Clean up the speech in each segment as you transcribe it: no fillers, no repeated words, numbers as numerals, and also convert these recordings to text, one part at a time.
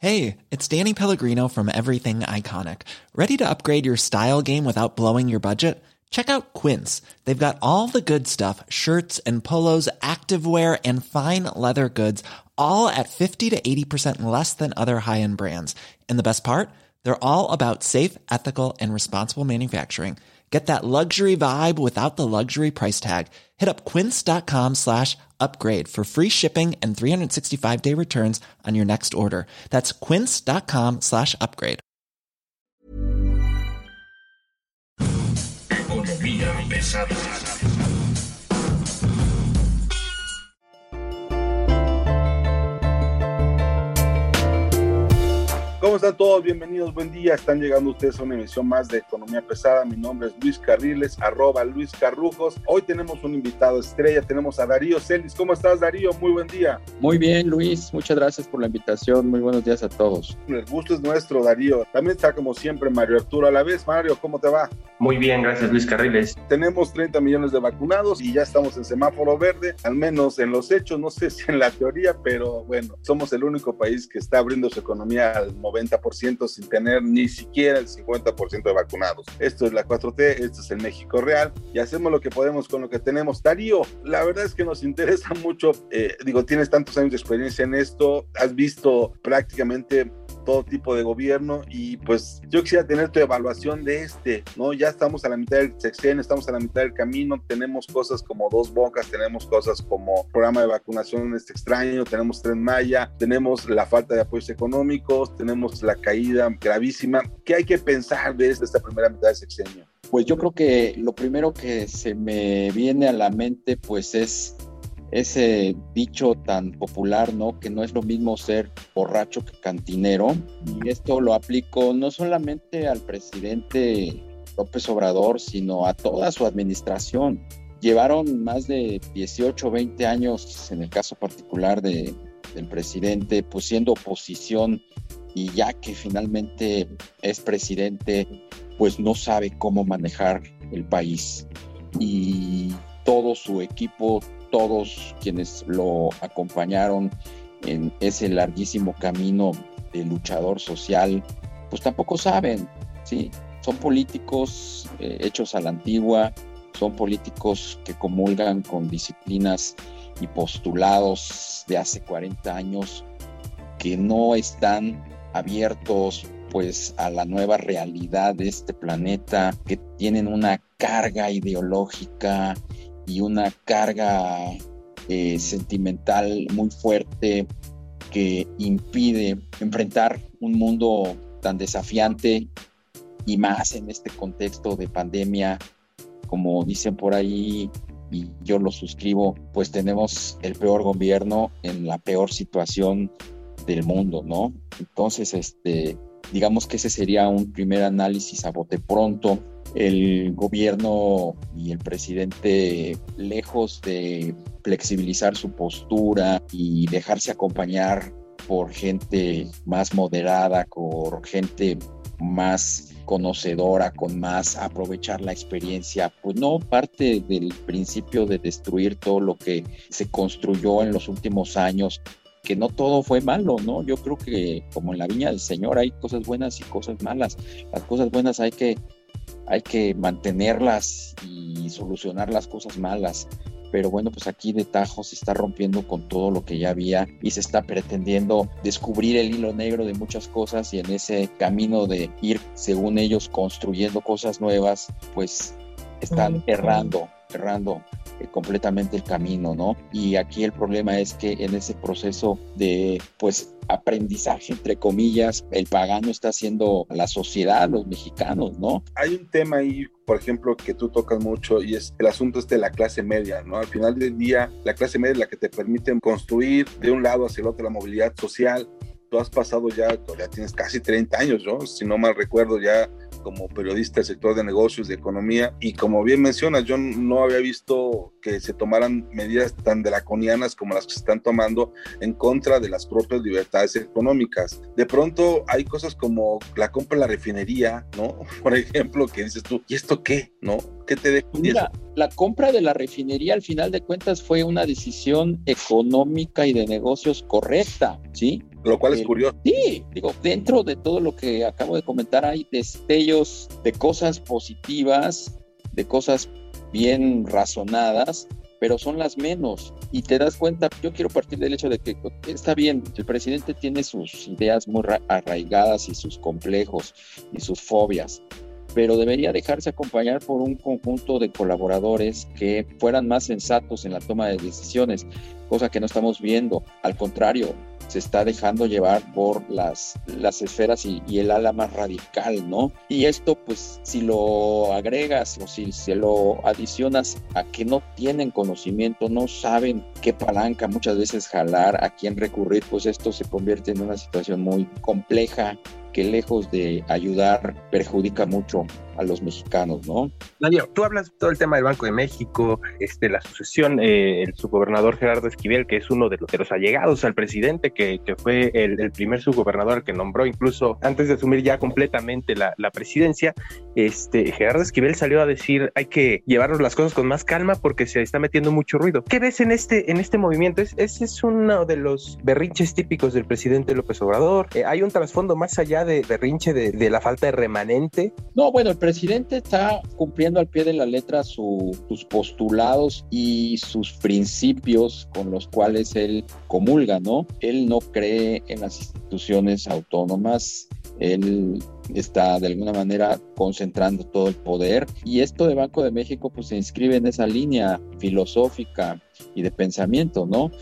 Hey, it's Danny Pellegrino from Everything Iconic. Ready to upgrade your style game without blowing your budget? Check out Quince. They've got all the good stuff, shirts and polos, activewear, and fine leather goods, all at 50 to 80% less than other high-end brands. And the best part? They're all about safe, ethical, and responsible manufacturing. Get that luxury vibe without the luxury price tag. Hit up quince.com/upgrade for free shipping and 365-day returns on your next order. That's quince.com/upgrade. Economía pesada. ¿Cómo están todos? Bienvenidos, buen día. Están llegando ustedes a una emisión más de Economía Pesada. Mi nombre es Luis Carriles, @Luis Carrujos. Hoy tenemos un invitado estrella, tenemos a Darío Celis. ¿Cómo estás, Darío? Muy buen día. Muy bien, Luis. Muchas gracias por la invitación. Muy buenos días a todos. El gusto es nuestro, Darío. También está, como siempre, Mario Arturo a la vez. Mario, ¿cómo te va? Muy bien, gracias, Luis Carriles. Tenemos 30 millones de vacunados y ya estamos en semáforo verde, al menos en los hechos, no sé si en la teoría, pero bueno, somos el único país que está abriendo su economía al 90% sin tener ni siquiera el 50% de vacunados. Esto es la 4T, esto es el México real y hacemos lo que podemos con lo que tenemos. Darío, la verdad es que nos interesa mucho, tienes tantos años de experiencia en esto, has visto prácticamente todo tipo de gobierno y pues yo quisiera tener tu evaluación de ¿no? Ya estamos a la mitad del sexenio, estamos a la mitad del camino, tenemos cosas como Dos Bocas, tenemos cosas como programa de vacunación extraño, tenemos Tren Maya, tenemos la falta de apoyos económicos, tenemos la caída gravísima. ¿Qué hay que pensar de esta primera mitad del sexenio? Pues yo creo que lo primero que se me viene a la mente pues es ese dicho tan popular, ¿no? Que no es lo mismo ser borracho que cantinero. Y esto lo aplico no solamente al presidente López Obrador, sino a toda su administración. Llevaron más de 18, 20 años, en el caso particular del presidente, pues siendo oposición, y ya que finalmente es presidente, pues no sabe cómo manejar el país. Y todo su equipo, todos quienes lo acompañaron en ese larguísimo camino de luchador social, pues tampoco saben, ¿sí? Son políticos hechos a la antigua, son políticos que comulgan con disciplinas y postulados de hace 40 años que no están abiertos pues a la nueva realidad de este planeta, que tienen una carga ideológica y una carga sentimental muy fuerte que impide enfrentar un mundo tan desafiante y más en este contexto de pandemia, como dicen por ahí, y yo lo suscribo, pues tenemos el peor gobierno en la peor situación del mundo, ¿no? Entonces, digamos que ese sería un primer análisis a bote pronto. El gobierno y el presidente, lejos de flexibilizar su postura y dejarse acompañar por gente más moderada, por gente más conocedora, con más aprovechar la experiencia, pues no parte del principio de destruir todo lo que se construyó en los últimos años, que no todo fue malo, ¿no? Yo creo que como en la viña del Señor hay cosas buenas y cosas malas. Las cosas buenas hay que mantenerlas y solucionar las cosas malas, pero bueno, pues aquí de tajo se está rompiendo con todo lo que ya había y se está pretendiendo descubrir el hilo negro de muchas cosas, y en ese camino de ir, según ellos, construyendo cosas nuevas, pues están errando completamente el camino, ¿no? Y aquí el problema es que en ese proceso de, pues, aprendizaje, entre comillas, el pagano está haciendo la sociedad, los mexicanos, ¿no? Hay un tema ahí, por ejemplo, que tú tocas mucho, y es el asunto de la clase media, ¿no? Al final del día, la clase media es la que te permite construir de un lado hacia el otro la movilidad social. Tú has pasado ya tienes casi 30 años, ¿no? Si no mal recuerdo, ya como periodista del sector de negocios, de economía, y como bien mencionas, yo no había visto que se tomaran medidas tan draconianas como las que se están tomando en contra de las propias libertades económicas. De pronto hay cosas como la compra de la refinería, ¿no? Por ejemplo, que dices tú, ¿y esto qué? ¿No? ¿Qué te deja? Mira, la compra de la refinería al final de cuentas fue una decisión económica y de negocios correcta, ¿sí? Lo cual es curioso. Sí, digo, dentro de todo lo que acabo de comentar hay destellos de cosas positivas, de cosas bien razonadas, pero son las menos. Y te das cuenta, yo quiero partir del hecho de que está bien, el presidente tiene sus ideas muy arraigadas y sus complejos y sus fobias, pero debería dejarse acompañar por un conjunto de colaboradores que fueran más sensatos en la toma de decisiones, cosa que no estamos viendo. Al contrario, se está dejando llevar por las esferas y el ala más radical, ¿no? Y esto, pues, si lo agregas o si se lo adicionas a que no tienen conocimiento, no saben qué palanca muchas veces jalar, a quién recurrir, pues esto se convierte en una situación muy compleja que lejos de ayudar perjudica mucho a los mexicanos, ¿no? Daniel, tú hablas de todo el tema del Banco de México, la sucesión, el subgobernador Gerardo Esquivel, que es uno de los allegados al presidente, que fue el primer subgobernador que nombró incluso antes de asumir ya completamente la presidencia. Gerardo Esquivel salió a decir hay que llevarnos las cosas con más calma porque se está metiendo mucho ruido. ¿Qué ves en este movimiento? Ese es uno de los berrinches típicos del presidente López Obrador. ¿Hay un trasfondo más allá de berrinche de la falta de remanente? No, bueno, el presidente está cumpliendo al pie de la letra sus postulados y sus principios con los cuales él comulga, ¿no? Él no cree en las instituciones autónomas, él está de alguna manera concentrando todo el poder, y esto de Banco de México pues se inscribe en esa línea filosófica y de pensamiento, ¿no?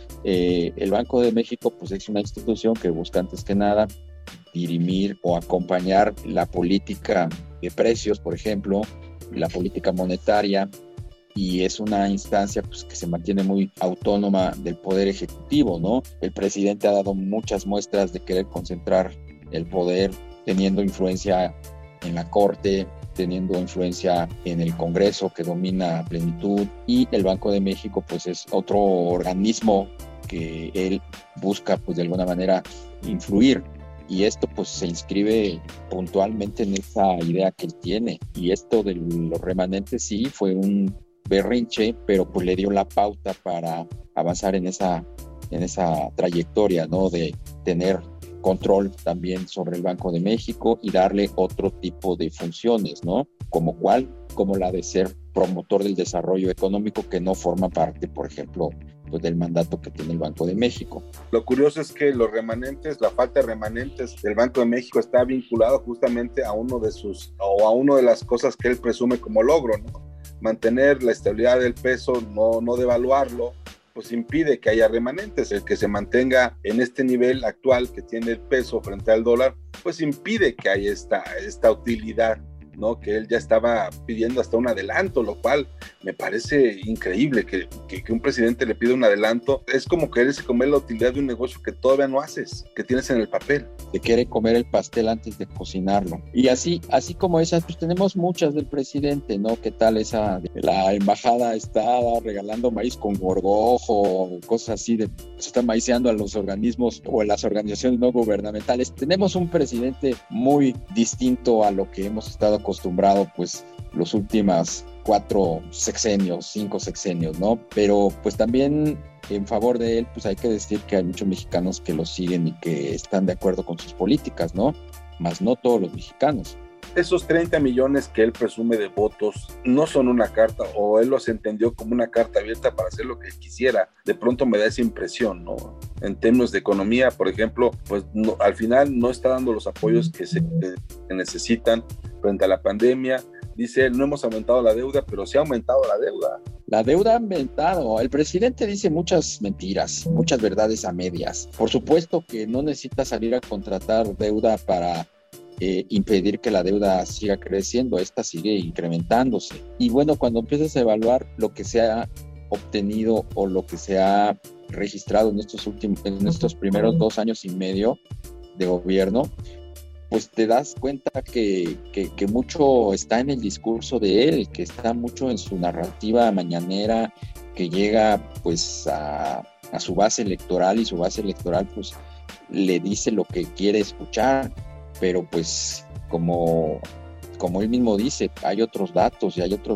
El Banco de México pues es una institución que busca antes que nada dirimir o acompañar la política de precios, por ejemplo, la política monetaria, y es una instancia pues, que se mantiene muy autónoma del poder ejecutivo, ¿no? El presidente ha dado muchas muestras de querer concentrar el poder, teniendo influencia en la Corte, teniendo influencia en el Congreso que domina a plenitud, y el Banco de México pues es otro organismo que él busca pues de alguna manera influir. Y esto pues se inscribe puntualmente en esa idea que él tiene. Y esto de los remanentes sí fue un berrinche, pero pues le dio la pauta para avanzar en esa trayectoria, ¿no? De tener control también sobre el Banco de México y darle otro tipo de funciones, ¿no? Como la de ser promotor del desarrollo económico, que no forma parte, por ejemplo, pues del mandato que tiene el Banco de México. Lo curioso es que los remanentes, la falta de remanentes del Banco de México está vinculado justamente a una de las cosas que él presume como logro, ¿no? Mantener la estabilidad del peso, no devaluarlo, pues impide que haya remanentes. El que se mantenga en este nivel actual que tiene el peso frente al dólar, pues impide que haya esta utilidad, ¿no? Que él ya estaba pidiendo hasta un adelanto, lo cual me parece increíble que un presidente le pida un adelanto. Es como quererse comer la utilidad de un negocio que todavía no haces, que tienes en el papel. Se quiere comer el pastel antes de cocinarlo. Y así como esas, pues tenemos muchas del presidente, ¿no? ¿Qué tal esa? La embajada está regalando maíz con gorgojo, cosas así, se está maiceando a los organismos o a las organizaciones no gubernamentales. Tenemos un presidente muy distinto a lo que hemos estado acostumbrados, pues, los últimos 5 sexenios, ¿no? Pero pues también en favor de él, pues hay que decir que hay muchos mexicanos que lo siguen y que están de acuerdo con sus políticas, ¿no? Más no todos los mexicanos. Esos 30 millones que él presume de votos no son una carta, o él los entendió como una carta abierta para hacer lo que quisiera. De pronto me da esa impresión, ¿no? En términos de economía, por ejemplo, pues no, al final no está dando los apoyos que se necesitan frente a la pandemia. Dice él, no hemos aumentado la deuda, pero sí ha aumentado la deuda. La deuda ha aumentado. El presidente dice muchas mentiras, muchas verdades a medias. Por supuesto que no necesita salir a contratar deuda para impedir que la deuda siga creciendo. Esta sigue incrementándose. Y bueno, cuando empiezas a evaluar lo que se ha obtenido o lo que se ha registrado en estos primeros 2 años y medio de gobierno, pues te das cuenta que mucho está en el discurso de él, que está mucho en su narrativa mañanera, que llega pues a su base electoral, y su base electoral pues le dice lo que quiere escuchar, pero pues como él mismo dice, hay otros datos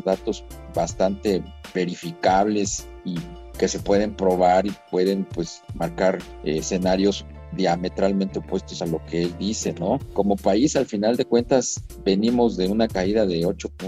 bastante verificables y que se pueden probar y pueden pues marcar escenarios diametralmente opuestos a lo que él dice, ¿no? Como país, al final de cuentas, venimos de una caída de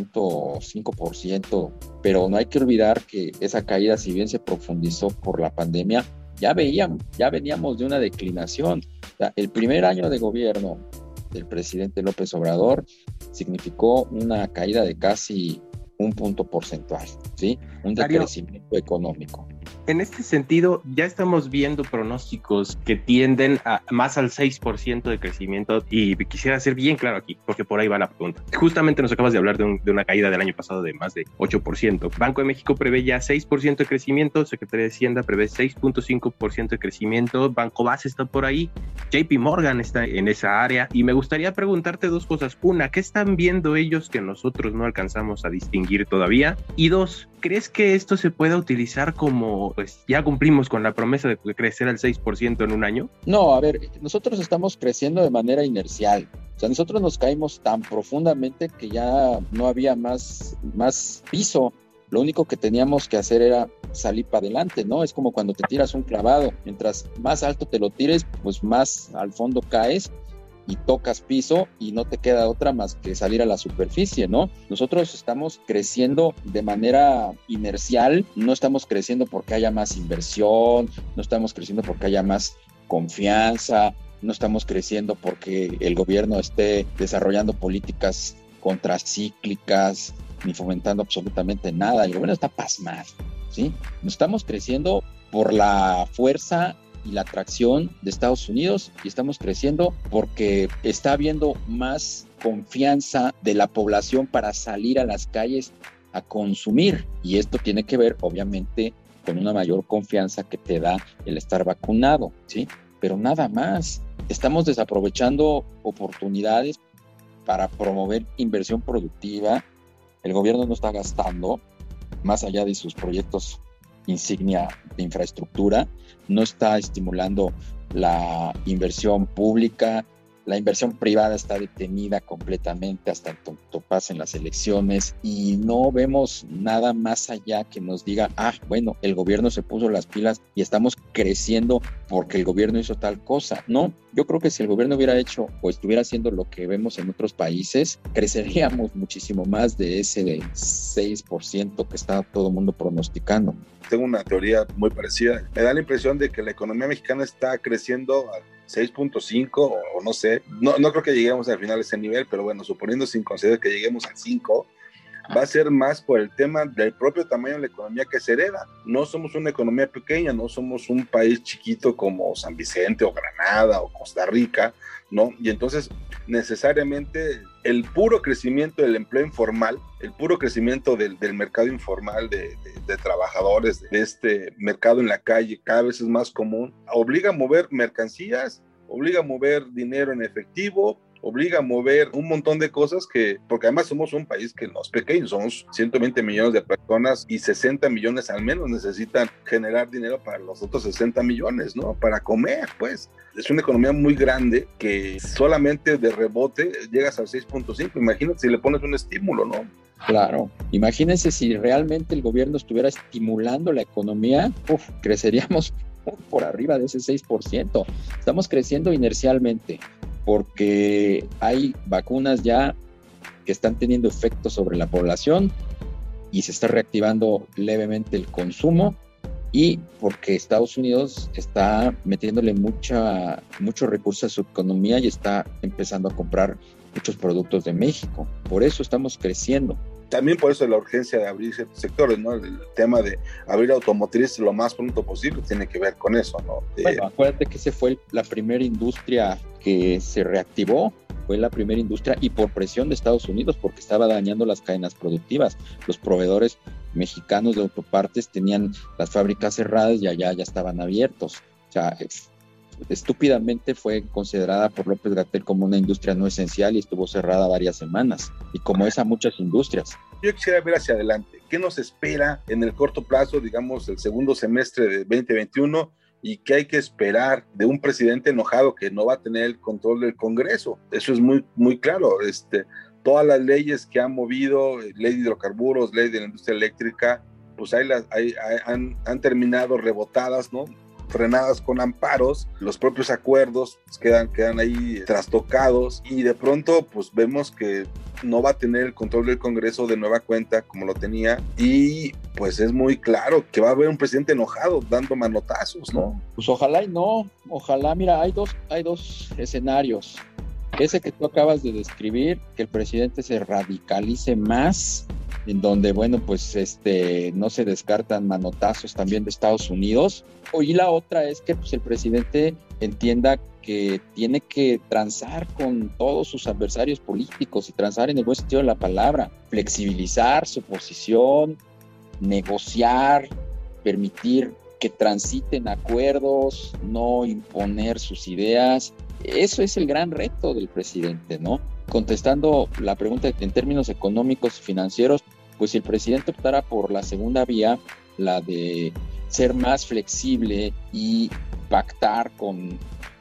8.5%, pero no hay que olvidar que esa caída, si bien se profundizó por la pandemia, ya veníamos de una declinación. O sea, el primer año de gobierno del presidente López Obrador significó una caída de casi un punto porcentual, ¿sí? Un decrecimiento económico. En este sentido, ya estamos viendo pronósticos que tienden a más al 6% de crecimiento, y quisiera ser bien claro aquí, porque por ahí va la pregunta. Justamente nos acabas de hablar de una caída del año pasado de más de 8%. Banco de México prevé ya 6% de crecimiento, Secretaría de Hacienda prevé 6.5% de crecimiento, Banco Base está por ahí, JP Morgan está en esa área, y me gustaría preguntarte dos cosas. Una, ¿qué están viendo ellos que nosotros no alcanzamos a distinguir todavía? Y dos, ¿crees que esto se pueda utilizar como, pues ya cumplimos con la promesa de crecer al 6% en un año? No, a ver, nosotros estamos creciendo de manera inercial. O sea, nosotros nos caímos tan profundamente que ya no había más piso. Lo único que teníamos que hacer era salir para adelante, ¿no? Es como cuando te tiras un clavado. Mientras más alto te lo tires, pues más al fondo caes y tocas piso y no te queda otra más que salir a la superficie, ¿no? Nosotros estamos creciendo de manera inercial, no estamos creciendo porque haya más inversión, no estamos creciendo porque haya más confianza, no estamos creciendo porque el gobierno esté desarrollando políticas contracíclicas ni fomentando absolutamente nada. El gobierno está pasmado, ¿sí? No estamos creciendo por la fuerza y la atracción de Estados Unidos, y estamos creciendo porque está habiendo más confianza de la población para salir a las calles a consumir, y esto tiene que ver obviamente con una mayor confianza que te da el estar vacunado, ¿sí? Pero nada más. Estamos desaprovechando oportunidades para promover inversión productiva. El gobierno no está gastando más allá de sus proyectos insignia de infraestructura, no está estimulando la inversión pública, la inversión privada está detenida completamente hasta tanto pasen las elecciones, y no vemos nada más allá que nos diga, bueno, el gobierno se puso las pilas y estamos creciendo porque el gobierno hizo tal cosa. No, yo creo que si el gobierno hubiera hecho o estuviera haciendo lo que vemos en otros países, creceríamos muchísimo más de ese 6% que está todo el mundo pronosticando. Tengo una teoría muy parecida. Me da la impresión de que la economía mexicana está creciendo al 6.5 o no sé. No creo que lleguemos al final a ese nivel, pero bueno, suponiendo sin considerar que lleguemos al 5, va a ser más por el tema del propio tamaño de la economía que se hereda. No somos una economía pequeña, no somos un país chiquito como San Vicente o Granada o Costa Rica, ¿no? Y entonces necesariamente el puro crecimiento del empleo informal, el puro crecimiento del mercado informal de trabajadores, de este mercado en la calle, cada vez es más común, obliga a mover mercancías, obliga a mover dinero en efectivo, obliga a mover un montón de cosas porque además somos un país que no es pequeño, somos 120 millones de personas y 60 millones al menos necesitan generar dinero para los otros 60 millones, ¿no? Para comer, pues. Es una economía muy grande que solamente de rebote llegas al 6.5. Imagínate si le pones un estímulo, ¿no? Claro, imagínense si realmente el gobierno estuviera estimulando la economía, creceríamos por arriba de ese 6%. Estamos creciendo inercialmente porque hay vacunas ya que están teniendo efectos sobre la población y se está reactivando levemente el consumo, y porque Estados Unidos está metiéndole muchos recursos a su economía y está empezando a comprar muchos productos de México. Por eso estamos creciendo. También por eso la urgencia de abrir ciertos sectores, ¿no? El tema de abrir automotriz lo más pronto posible tiene que ver con eso, ¿no? Bueno, acuérdate que esa fue la primera industria que se reactivó, fue la primera industria, y por presión de Estados Unidos, porque estaba dañando las cadenas productivas. Los proveedores mexicanos de autopartes tenían las fábricas cerradas y allá ya estaban abiertos. O sea, estúpidamente fue considerada por López-Gatell como una industria no esencial y estuvo cerrada varias semanas, y como esa muchas industrias. Yo quisiera ver hacia adelante, ¿qué nos espera en el corto plazo, digamos el segundo semestre de 2021, y qué hay que esperar de un presidente enojado que no va a tener el control del Congreso? Eso es muy, muy claro. Todas las leyes que han movido, ley de hidrocarburos, ley de la industria eléctrica, pues han terminado rebotadas, ¿no? frenadas con amparos, los propios acuerdos pues, quedan ahí trastocados y de pronto pues vemos que no va a tener el control del Congreso de nueva cuenta como lo tenía y pues es muy claro que va a haber un presidente enojado dando manotazos, ¿no? Pues ojalá y no, ojalá, mira, hay dos escenarios. Ese que tú acabas de describir, que el presidente se radicalice más, en donde, bueno, pues no se descartan manotazos también de Estados Unidos. Y la otra es que pues, el presidente entienda que tiene que transar con todos sus adversarios políticos y transar en el buen sentido de la palabra, flexibilizar su posición, negociar, permitir que transiten acuerdos, no imponer sus ideas. Eso es el gran reto del presidente, ¿no? Contestando la pregunta en términos económicos y financieros, pues si el presidente optara por la segunda vía, la de ser más flexible y pactar con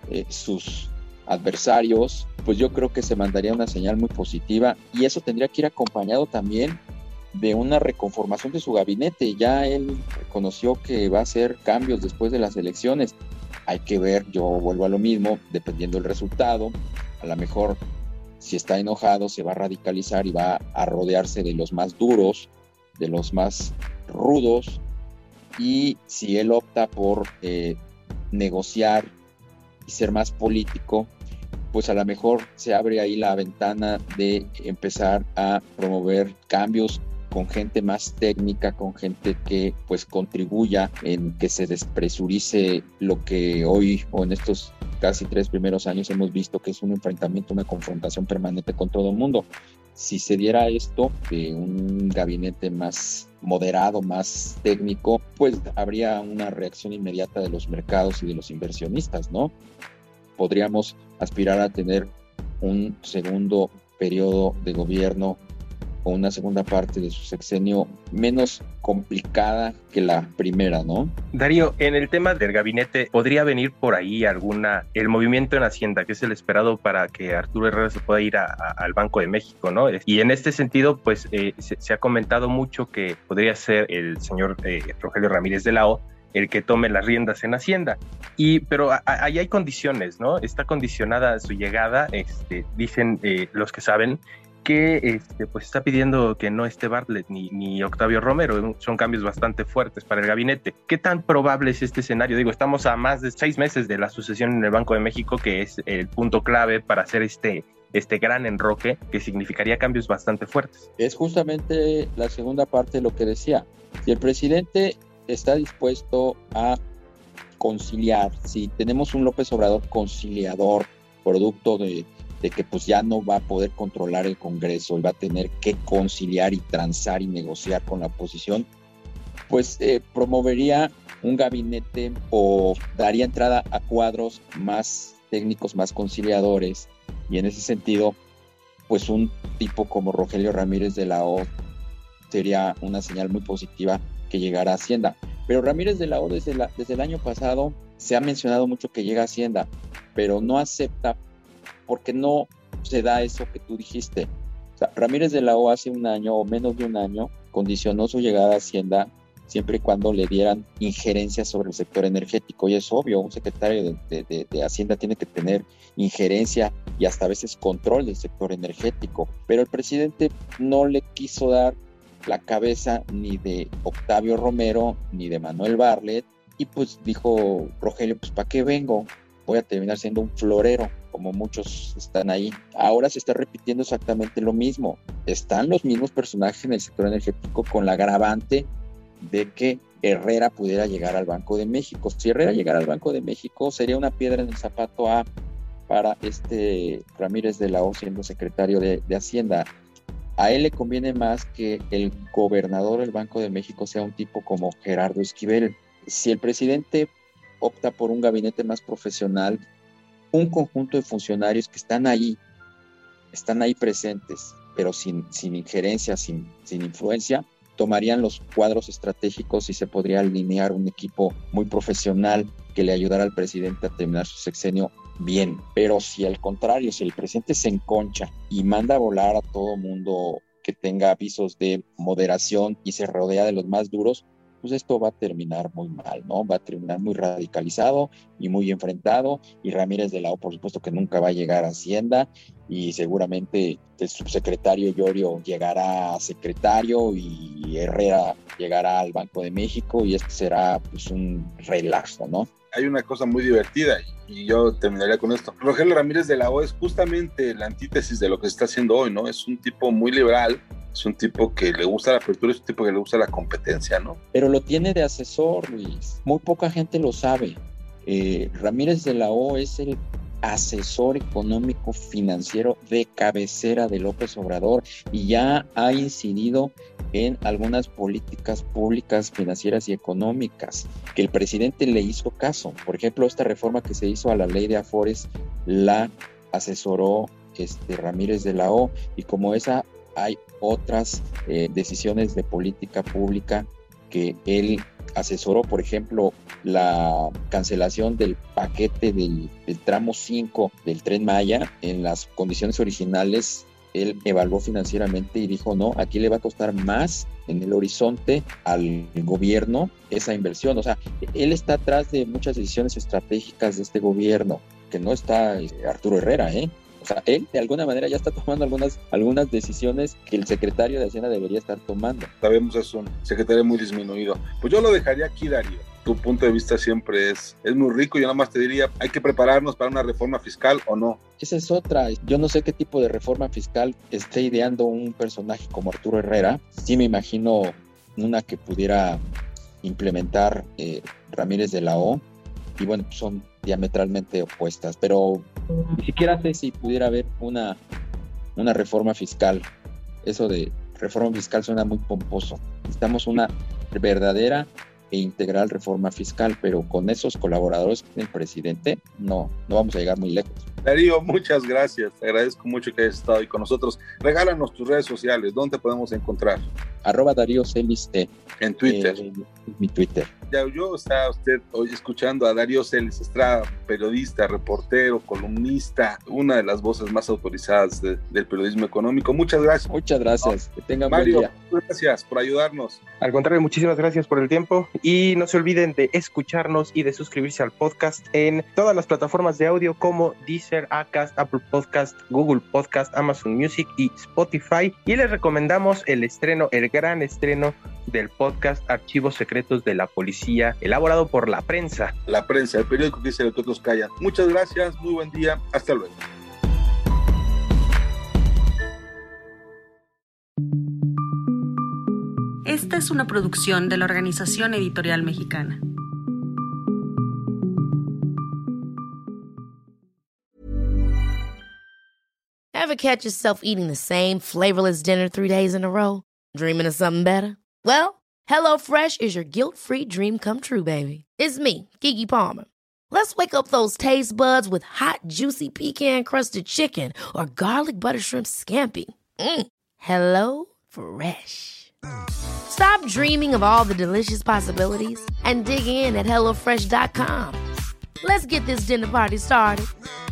sus adversarios, pues yo creo que se mandaría una señal muy positiva y eso tendría que ir acompañado también de una reconformación de su gabinete. Ya él reconoció que va a hacer cambios después de las elecciones. Hay que ver, yo vuelvo a lo mismo, dependiendo del resultado, a lo mejor si está enojado se va a radicalizar y va a rodearse de los más duros, de los más rudos, y si él opta por negociar y ser más político, pues a lo mejor se abre ahí la ventana de empezar a promover cambios con gente más técnica, con gente que pues contribuya en que se despresurice lo que hoy o en estos casi 3 primeros años hemos visto que es un enfrentamiento, una confrontación permanente con todo el mundo. Si se diera esto de un gabinete más moderado, más técnico, pues habría una reacción inmediata de los mercados y de los inversionistas, ¿no? Podríamos aspirar a tener un segundo periodo de gobierno o una segunda parte de su sexenio menos complicada que la primera, ¿no? Darío, en el tema del gabinete, ¿podría venir por ahí el movimiento en Hacienda, que es el esperado para que Arturo Herrera se pueda ir al Banco de México, ¿no? Y en este sentido, pues se ha comentado mucho que podría ser el señor Rogelio Ramírez de la O el que tome las riendas en Hacienda. Pero ahí hay condiciones, ¿no? Está condicionada su llegada, dicen los que saben, que pues está pidiendo que no esté Bartlett ni Octavio Romero. Son cambios bastante fuertes para el gabinete. ¿Qué tan probable es este escenario? Digo, estamos a más de 6 meses de la sucesión en el Banco de México, que es el punto clave para hacer este gran enroque que significaría cambios bastante fuertes. Es justamente la segunda parte de lo que decía. Si el presidente está dispuesto a conciliar, si tenemos un López Obrador conciliador, producto de que pues ya no va a poder controlar el Congreso, él va a tener que conciliar y transar y negociar con la oposición, pues promovería un gabinete o daría entrada a cuadros más técnicos, más conciliadores, y en ese sentido, pues un tipo como Rogelio Ramírez de la O sería una señal muy positiva que llegara a Hacienda. Pero Ramírez de la O desde el año pasado se ha mencionado mucho que llega a Hacienda, pero no acepta porque no se da eso que tú dijiste. O sea, Ramírez de la O hace un año o menos de un año condicionó su llegada a Hacienda siempre y cuando le dieran injerencia sobre el sector energético. Y es obvio, un secretario de Hacienda tiene que tener injerencia y hasta a veces control del sector energético. Pero el presidente no le quiso dar la cabeza ni de Octavio Romero ni de Manuel Bartlett, y pues dijo Rogelio, pues ¿para qué vengo? Voy a terminar siendo un florero, como muchos están ahí. Ahora se está repitiendo exactamente lo mismo. Están los mismos personajes en el sector energético con la agravante de que Herrera pudiera llegar al Banco de México. Si Herrera llegara al Banco de México, sería una piedra en el zapato para Ramírez de la O siendo secretario de Hacienda. A él le conviene más que el gobernador del Banco de México sea un tipo como Gerardo Esquivel. Si el presidente opta por un gabinete más profesional, un conjunto de funcionarios que están ahí presentes, pero sin injerencia, sin influencia, tomarían los cuadros estratégicos y se podría alinear un equipo muy profesional que le ayudara al presidente a terminar su sexenio bien. Pero si al contrario, si el presidente se enconcha y manda a volar a todo mundo que tenga avisos de moderación y se rodea de los más duros, pues esto va a terminar muy mal, ¿no? Va a terminar muy radicalizado y muy enfrentado, y Ramírez de la O, por supuesto que nunca va a llegar a Hacienda, y seguramente el subsecretario Llorio llegará a secretario y Herrera llegará al Banco de México, y esto será pues un relajo, ¿no? Hay una cosa muy divertida y yo terminaría con esto. Rogelio Ramírez de la O es justamente la antítesis de lo que se está haciendo hoy, ¿no? Es un tipo muy liberal, es un tipo que le gusta la apertura, es un tipo que le gusta la competencia, ¿no? Pero lo tiene de asesor, Luis. Muy poca gente lo sabe. Ramírez de la O es el asesor económico financiero de cabecera de López Obrador y ya ha incidido en algunas políticas públicas financieras y económicas que el presidente le hizo caso. Por ejemplo, esta reforma que se hizo a la ley de Afores la asesoró Ramírez de la O, y como esa hay otras decisiones de política pública que él asesoró. Por ejemplo, la cancelación del paquete del tramo 5 del Tren Maya en las condiciones originales. Él evaluó financieramente y dijo, no, aquí le va a costar más en el horizonte al gobierno esa inversión. O sea, él está atrás de muchas decisiones estratégicas de este gobierno, que no está Arturo Herrera, O sea, él de alguna manera ya está tomando algunas decisiones que el secretario de Hacienda debería estar tomando. Sabemos, es un secretario muy disminuido. Pues yo lo dejaría aquí, Darío. Tu punto de vista siempre es muy rico. Yo nada más te diría, ¿hay que prepararnos para una reforma fiscal o no? Esa es otra. Yo no sé qué tipo de reforma fiscal esté ideando un personaje como Arturo Herrera. Sí me imagino una que pudiera implementar Ramírez de la O. Y bueno, son diametralmente opuestas, pero ni siquiera sé si pudiera haber una reforma fiscal. Eso de reforma fiscal suena muy pomposo. Necesitamos una verdadera e integral reforma fiscal, pero con esos colaboradores del presidente no vamos a llegar muy lejos. Darío, muchas gracias. Te agradezco mucho que hayas estado hoy con nosotros. Regálanos tus redes sociales. ¿Dónde podemos encontrar? @Darío Celis T. En Twitter. Mi Twitter. Ya yo estaba usted hoy escuchando a Darío Celis Estrada, periodista, reportero, columnista, una de las voces más autorizadas del periodismo económico. Muchas gracias. Muchas gracias. Que tengan Mario, buen día. Gracias por ayudarnos. Al contrario, muchísimas gracias por el tiempo y no se olviden de escucharnos y de suscribirse al podcast en todas las plataformas de audio como Deezer, Acast, Apple Podcast, Google Podcast, Amazon Music y Spotify. Y les recomendamos el gran estreno del podcast Archivos Secretos de la Policía, elaborado por La Prensa. La Prensa, el periódico que dice lo que otros callan. Muchas gracias, muy buen día, hasta luego. Esta es una producción de la Organización Editorial Mexicana. Ever catch yourself eating the same flavorless dinner 3 days in a row? Dreaming of something better? Well, HelloFresh is your guilt-free dream come true, baby. It's me, Keke Palmer. Let's wake up those taste buds with hot, juicy pecan-crusted chicken or garlic butter shrimp scampi. Hello Fresh. Stop dreaming of all the delicious possibilities and dig in at HelloFresh.com. Let's get this dinner party started.